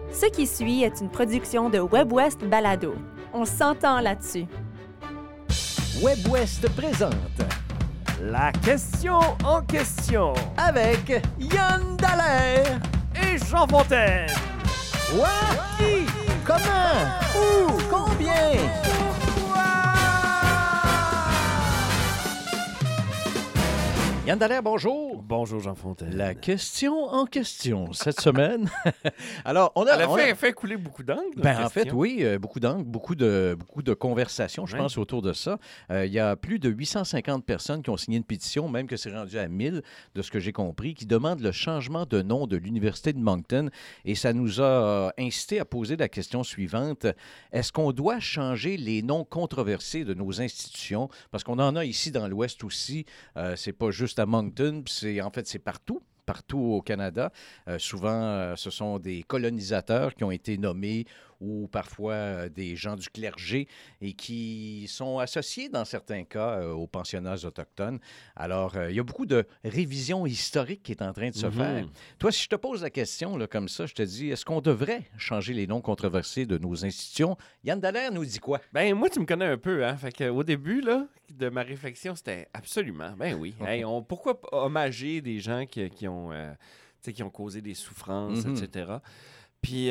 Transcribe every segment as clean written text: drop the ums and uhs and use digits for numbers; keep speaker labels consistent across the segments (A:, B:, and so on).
A: Ce qui suit est une production de WebWest Balado. On s'entend là-dessus.
B: WebWest présente
C: La question en question
B: avec Yann Dallaire
C: et Jean Fontaine.
B: Quoi? Qui? Comment? Où? Combien? Yann Dallaire, bonjour.
C: Bonjour Jean Fontaine.
B: La question en question cette semaine. Alors, on a...
C: Elle a fait couler beaucoup d'angles.
B: Ben, en fait, oui, beaucoup d'angles, beaucoup de conversations, je pense, autour de ça. Il y a plus de 850 personnes qui ont signé une pétition, même que c'est rendu à 1000, de ce que j'ai compris, qui demandent le changement de nom de l'Université de Moncton. Et ça nous a incité à poser la question suivante. Est-ce qu'on doit changer les noms controversés de nos institutions? Parce qu'on en a ici dans l'Ouest aussi. C'est pas juste à Moncton, c'est partout au Canada. Souvent, ce sont des colonisateurs qui ont été nommés ou parfois des gens du clergé et qui sont associés, dans certains cas, aux pensionnats autochtones. Alors, il y a beaucoup de révision historique qui est en train de se faire. Toi, si je te pose la question là, comme ça, je te dis, est-ce qu'on devrait changer les noms controversés de nos institutions? Yann Dallaire nous dit quoi?
C: Ben, moi, tu me connais un peu, hein? Fait qu'au début, là, de ma réflexion, c'était absolument, ben oui. Hey, pourquoi hommager des gens qui ont causé des souffrances, etc. Puis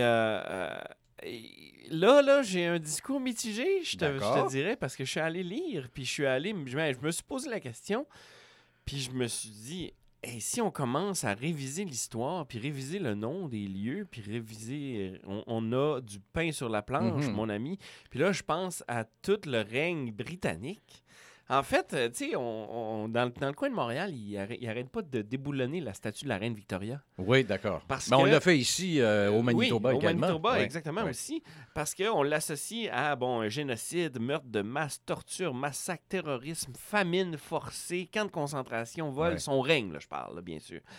C: là, j'ai un discours mitigé, je te dirais, parce que je suis allé lire, puis je me suis posé la question, puis je me suis dit, hey, si on commence à réviser l'histoire, puis réviser le nom des lieux, puis réviser... On a du pain sur la planche, mon ami. Puis là, je pense à tout le règne britannique. En fait, tu sais, dans le coin de Montréal, il arrête pas de déboulonner la statue de la reine Victoria.
B: Oui, d'accord. On l'a fait ici au Manitoba également.
C: Au Manitoba, exactement aussi. Parce qu'on l'associe à un génocide, meurtre de masse, torture, massacre, terrorisme, famine forcée, camp de concentration, vol, son règne, là, je parle, là, bien sûr.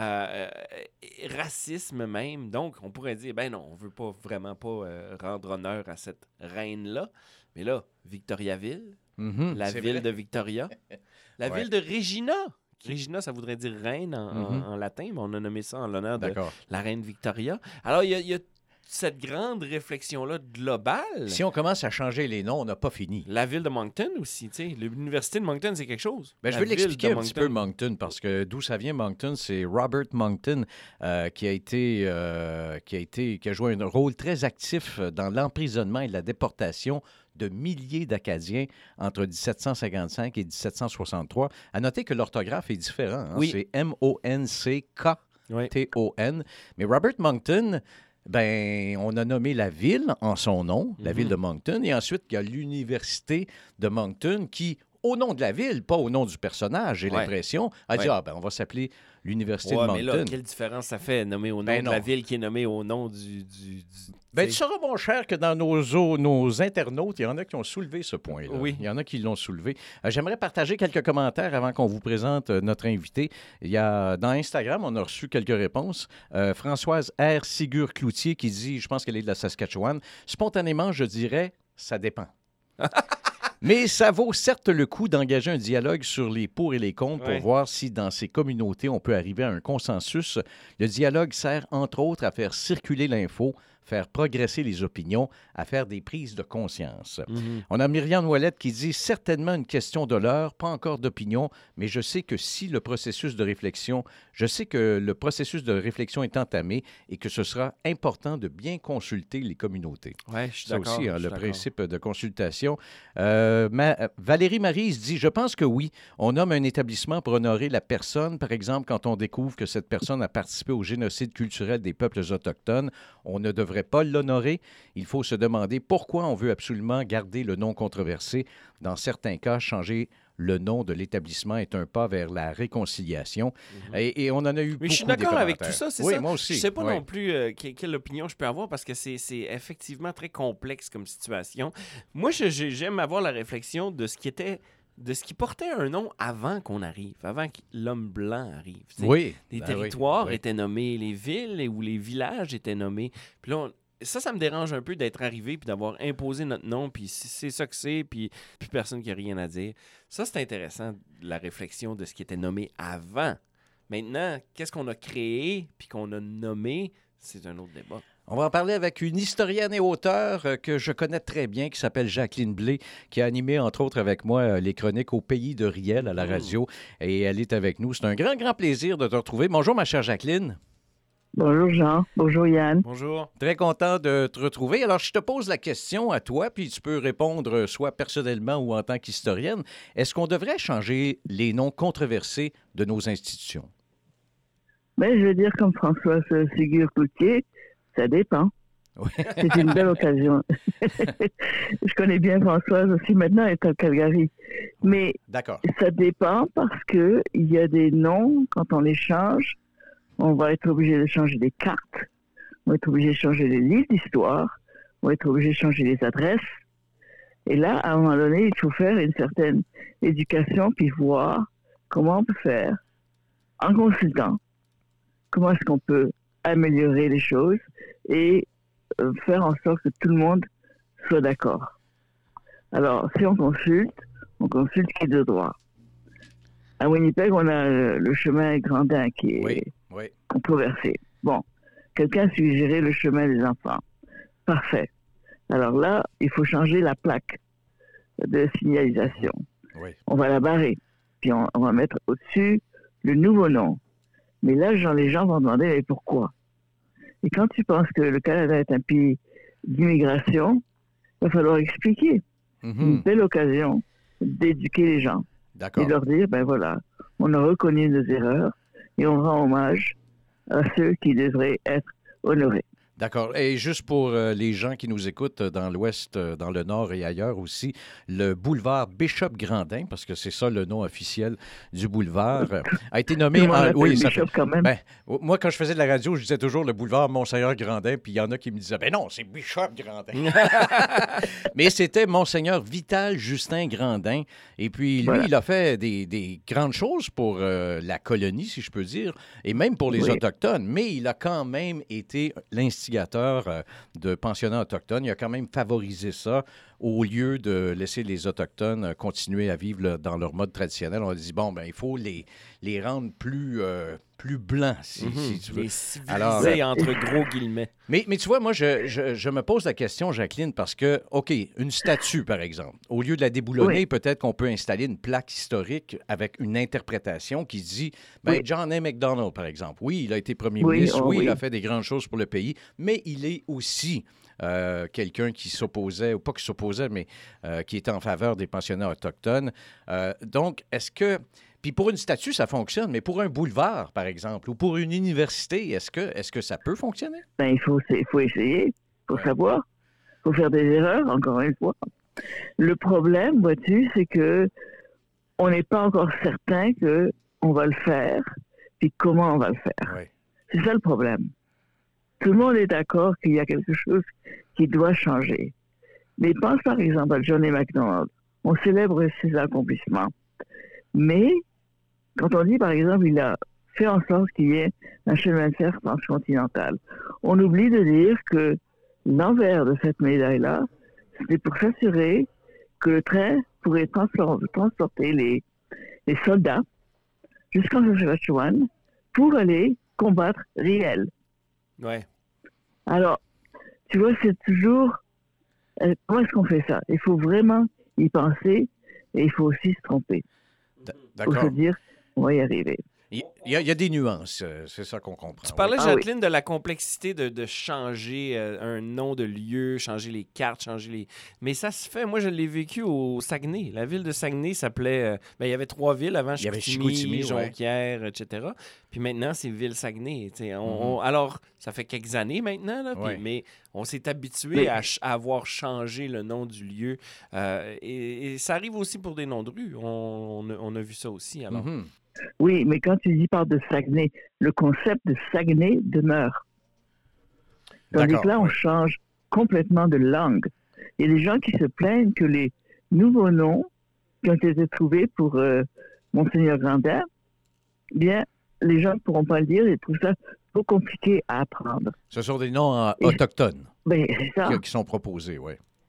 C: Racisme même. Donc, on pourrait dire, ben non, on veut vraiment pas rendre honneur à cette reine-là. Mais là, Victoriaville... la ville de Victoria. La ville de Regina. Regina, ça voudrait dire reine en latin, mais on a nommé ça en l'honneur de la reine Victoria. Alors, il y a cette grande réflexion-là globale.
B: Si on commence à changer les noms, on n'a pas fini.
C: La ville de Moncton aussi, tu sais. L'université de Moncton, c'est quelque chose.
B: Ben, je vais l'expliquer un petit peu, Moncton, parce que d'où ça vient, Moncton, c'est Robert Moncton qui a joué un rôle très actif dans l'emprisonnement et la déportation de milliers d'Acadiens entre 1755 et 1763. À noter que l'orthographe est différent. Hein? C'est M-O-N-C-K-T-O-N. Mais Robert Moncton... Ben, on a nommé la ville en son nom, la ville de Moncton, et ensuite, il y a l'université de Moncton qui, au nom de la ville, pas au nom du personnage, j'ai l'impression, a dit, on va s'appeler l'université de Moncton.
C: Mais là, quelle différence ça fait, nommer au nom de la ville qui est nommée au nom du...
B: Ben, tu sauras, mon cher, que dans nos internautes, il y en a qui ont soulevé ce point-là.
C: Oui.
B: Il y en a qui l'ont soulevé. J'aimerais partager quelques commentaires avant qu'on vous présente notre invité. Dans Instagram, on a reçu quelques réponses. Françoise R. Sigur-Cloutier qui dit, je pense qu'elle est de la Saskatchewan, spontanément, je dirais, ça dépend. Mais ça vaut certes le coup d'engager un dialogue sur les pour et les contre pour voir si dans ces communautés, on peut arriver à un consensus. Le dialogue sert, entre autres, à faire circuler l'info, faire progresser les opinions, à faire des prises de conscience. On a Myriam Ouellette qui dit « Certainement une question de l'heure, pas encore d'opinion, mais je sais que le processus de réflexion est entamé et que ce sera important de bien consulter les communautés. »
C: Oui, je suis d'accord.
B: Ça aussi, le principe de consultation. Valérie Maryse dit « Je pense que oui, on nomme un établissement pour honorer la personne. Par exemple, quand on découvre que cette personne a participé au génocide culturel des peuples autochtones, on ne devrait pas l'honorer. Il faut se demander pourquoi on veut absolument garder le nom controversé. Dans certains cas, changer le nom de l'établissement est un pas vers la réconciliation. Et on en a eu beaucoup.
C: Mais je suis d'accord avec tout ça, c'est ça.
B: Oui, moi aussi.
C: Je ne sais pas non plus quelle opinion je peux avoir parce que c'est effectivement très complexe comme situation. Moi, j'aime avoir la réflexion de ce qui portait un nom avant qu'on arrive, avant que l'homme blanc arrive.
B: Oui.
C: Les territoires étaient nommés, les villes ou les villages étaient nommés. Puis là, ça me dérange un peu d'être arrivé puis d'avoir imposé notre nom, puis c'est ça que c'est, puis personne qui a rien à dire. Ça, c'est intéressant, la réflexion de ce qui était nommé avant. Maintenant, qu'est-ce qu'on a créé puis qu'on a nommé, c'est un autre débat.
B: On va en parler avec une historienne et auteure que je connais très bien, qui s'appelle Jacqueline Blais, qui a animé, entre autres, avec moi, les chroniques au Pays de Riel à la radio. Et elle est avec nous. C'est un grand, grand plaisir de te retrouver. Bonjour, ma chère Jacqueline.
D: Bonjour Jean, bonjour Yann.
C: Bonjour.
B: Très content de te retrouver. Alors, je te pose la question à toi, puis tu peux répondre soit personnellement ou en tant qu'historienne. Est-ce qu'on devrait changer les noms controversés de nos institutions?
D: Ben, je veux dire comme Françoise Ségur-Cloutier, ça dépend.
B: Oui.
D: C'est une belle occasion. Je connais bien Françoise aussi, maintenant elle est à Calgary. Mais
B: D'accord.
D: Ça dépend parce que il y a des noms, quand on les change, on va être obligé de changer des cartes, on va être obligé de changer les livres d'histoire, on va être obligé de changer les adresses. Et là, à un moment donné, il faut faire une certaine éducation puis voir comment on peut faire en consultant. Comment est-ce qu'on peut améliorer les choses et faire en sorte que tout le monde soit d'accord. Alors, si on consulte qui est de droit. À Winnipeg, on a le chemin Grandin qui est controversé. Bon, quelqu'un suggérait le chemin des enfants. Parfait. Alors là, il faut changer la plaque de signalisation.
B: Oui.
D: On va la barrer. Puis on va mettre au-dessus le nouveau nom. Mais là, les gens vont demander mais pourquoi? Et quand tu penses que le Canada est un pays d'immigration, il va falloir expliquer. Une belle occasion d'éduquer les gens.
B: D'accord.
D: Et leur dire, ben voilà, on a reconnu nos erreurs et on rend hommage à ceux qui devraient être honorés.
B: D'accord. Et juste pour les gens qui nous écoutent dans l'Ouest, dans le Nord et ailleurs aussi, le boulevard Bishop-Grandin, parce que c'est ça le nom officiel du boulevard, a été nommé...
D: Bishop quand même.
B: Ben, moi, quand je faisais de la radio, je disais toujours le boulevard Monseigneur-Grandin, puis il y en a qui me disaient, ben non, c'est Bishop-Grandin. Mais c'était Monseigneur Vital-Justin Grandin. Et puis, lui, il a fait des grandes choses pour la colonie, si je peux dire, et même pour les Autochtones. Mais il a quand même été l'instigateur de pensionnats autochtones. Il a quand même favorisé ça au lieu de laisser les Autochtones continuer à vivre dans leur mode traditionnel. On a dit, bon, ben il faut les rendre plus blancs, si tu veux.
C: Les civiliser, entre gros guillemets.
B: Mais tu vois, moi, je me pose la question, Jacqueline, parce que, OK, une statue, par exemple, au lieu de la déboulonner, peut-être qu'on peut installer une plaque historique avec une interprétation qui dit, John A. Macdonald, par exemple, oui, il a été premier ministre, il a fait des grandes choses pour le pays, mais il est aussi quelqu'un qui s'opposait, ou pas qui s'opposait, mais qui était en faveur des pensionnats autochtones. Donc, est-ce que... Puis pour une statue, ça fonctionne, mais pour un boulevard, par exemple, ou pour une université, est-ce que ça peut fonctionner?
D: Ben, il faut essayer, il faut savoir, il faut faire des erreurs, encore une fois. Le problème, vois-tu, c'est que on n'est pas encore certain qu'on va le faire, puis comment on va le faire.
B: Oui.
D: C'est ça le problème. Tout le monde est d'accord qu'il y a quelque chose qui doit changer. Mais pense par exemple à John A. Macdonald. On célèbre ses accomplissements. Mais quand on dit par exemple il a fait en sorte qu'il y ait un chemin de fer transcontinental, on oublie de dire que l'envers de cette médaille-là, c'était pour s'assurer que le train pourrait transporter les soldats jusqu'en Saskatchewan pour aller combattre Riel.
C: Ouais. Alors,
D: tu vois, c'est toujours... comment est-ce qu'on fait ça? Il faut vraiment y penser et il faut aussi se tromper.
B: D'accord.
D: Pour se dire, on va y arriver.
B: Il y a des nuances, c'est ça qu'on comprend.
C: Tu parlais, Jacqueline, de la complexité de changer un nom de lieu, changer les cartes, changer les... Mais ça se fait. Moi, je l'ai vécu au Saguenay. La ville de Saguenay s'appelait... il y avait 3 villes avant, Chicoutimi, Jonquière, etc. Puis maintenant, c'est Ville-Saguenay. Alors, ça fait quelques années maintenant, là, mais on s'est habitué à avoir changé le nom du lieu. Et ça arrive aussi pour des noms de rue. On a vu ça aussi, alors.
D: Oui, mais quand tu parles de Saguenay, le concept de Saguenay demeure. Tandis que là, on change complètement de langue. Il y a des gens qui se plaignent que les nouveaux noms qui ont été trouvés pour Monseigneur Grandin, bien, les gens ne pourront pas le dire et trouvent ça trop compliqué à apprendre.
B: Ce sont des noms autochtones
D: c'est ça.
B: Qui sont proposés, oui.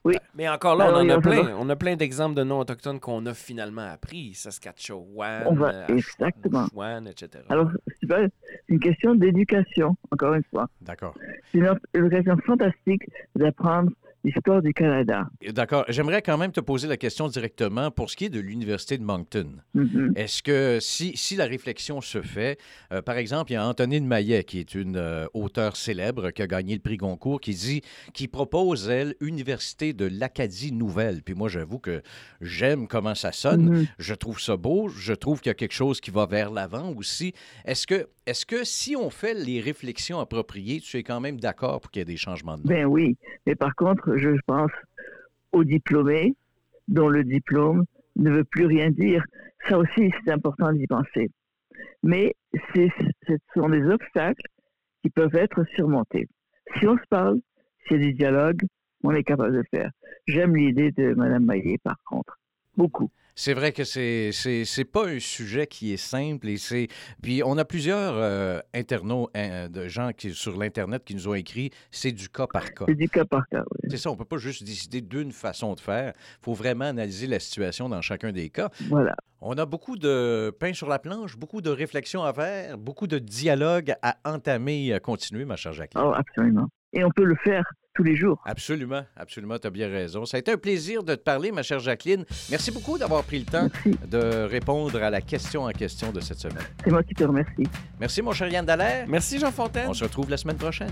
D: Oui.
C: Mais encore là,
D: Alors,
C: on
D: il va
C: a
D: falloir-
C: plein. On a plein d'exemples de noms autochtones qu'on a finalement appris. Saskatchewan,
D: Exactement.
C: Ashwaubenon, etc.
D: Alors, c'est une question d'éducation, encore une fois.
B: D'accord.
D: C'est une occasion fantastique d'apprendre l'histoire du Canada.
B: D'accord. J'aimerais quand même te poser la question directement pour ce qui est de l'Université de Moncton.
D: Mhm.
B: Est-ce que si la réflexion se fait, par exemple, il y a Antonine Maillet, qui est une auteure célèbre qui a gagné le prix Goncourt, qui propose, elle, Université de l'Acadie Nouvelle. Puis moi, j'avoue que j'aime comment ça sonne.
D: Mhm.
B: Je trouve ça beau. Je trouve qu'il y a quelque chose qui va vers l'avant aussi. Est-ce que si on fait les réflexions appropriées, tu es quand même d'accord pour qu'il y ait des changements de nom?
D: Ben oui, mais par contre, je pense aux diplômés dont le diplôme ne veut plus rien dire. Ça aussi, c'est important d'y penser. Mais ce sont des obstacles qui peuvent être surmontés. Si on se parle, s'il y a du dialogue, on est capable de le faire. J'aime l'idée de Mme Maillet, par contre. Beaucoup.
B: C'est vrai que c'est pas un sujet qui est simple puis on a plusieurs internautes de gens sur l'internet qui nous ont écrit c'est du cas par cas.
D: C'est du cas par cas, oui.
B: C'est ça, on peut pas juste décider d'une façon de faire. Il faut vraiment analyser la situation dans chacun des cas.
D: Voilà.
B: On a beaucoup de pain sur la planche, beaucoup de réflexions à faire, beaucoup de dialogues à entamer et à continuer, ma chère Jacqueline.
D: Oh, absolument. Et on peut le faire tous les jours.
B: Absolument, absolument, tu as bien raison. Ça a été un plaisir de te parler, ma chère Jacqueline. Merci beaucoup d'avoir pris le temps
D: Merci.
B: de répondre à la question en question de cette semaine.
D: C'est moi qui te remercie.
B: Merci, mon cher Yann Dallaire.
C: Merci, Jean Fontaine.
B: On se retrouve la semaine prochaine.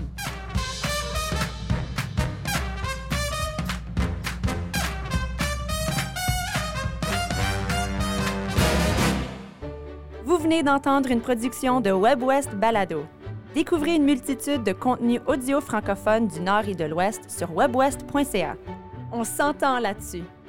A: Vous venez d'entendre une production de WebWest Balado. Découvrez une multitude de contenus audio francophones du Nord et de l'Ouest sur webwest.ca. On s'entend là-dessus.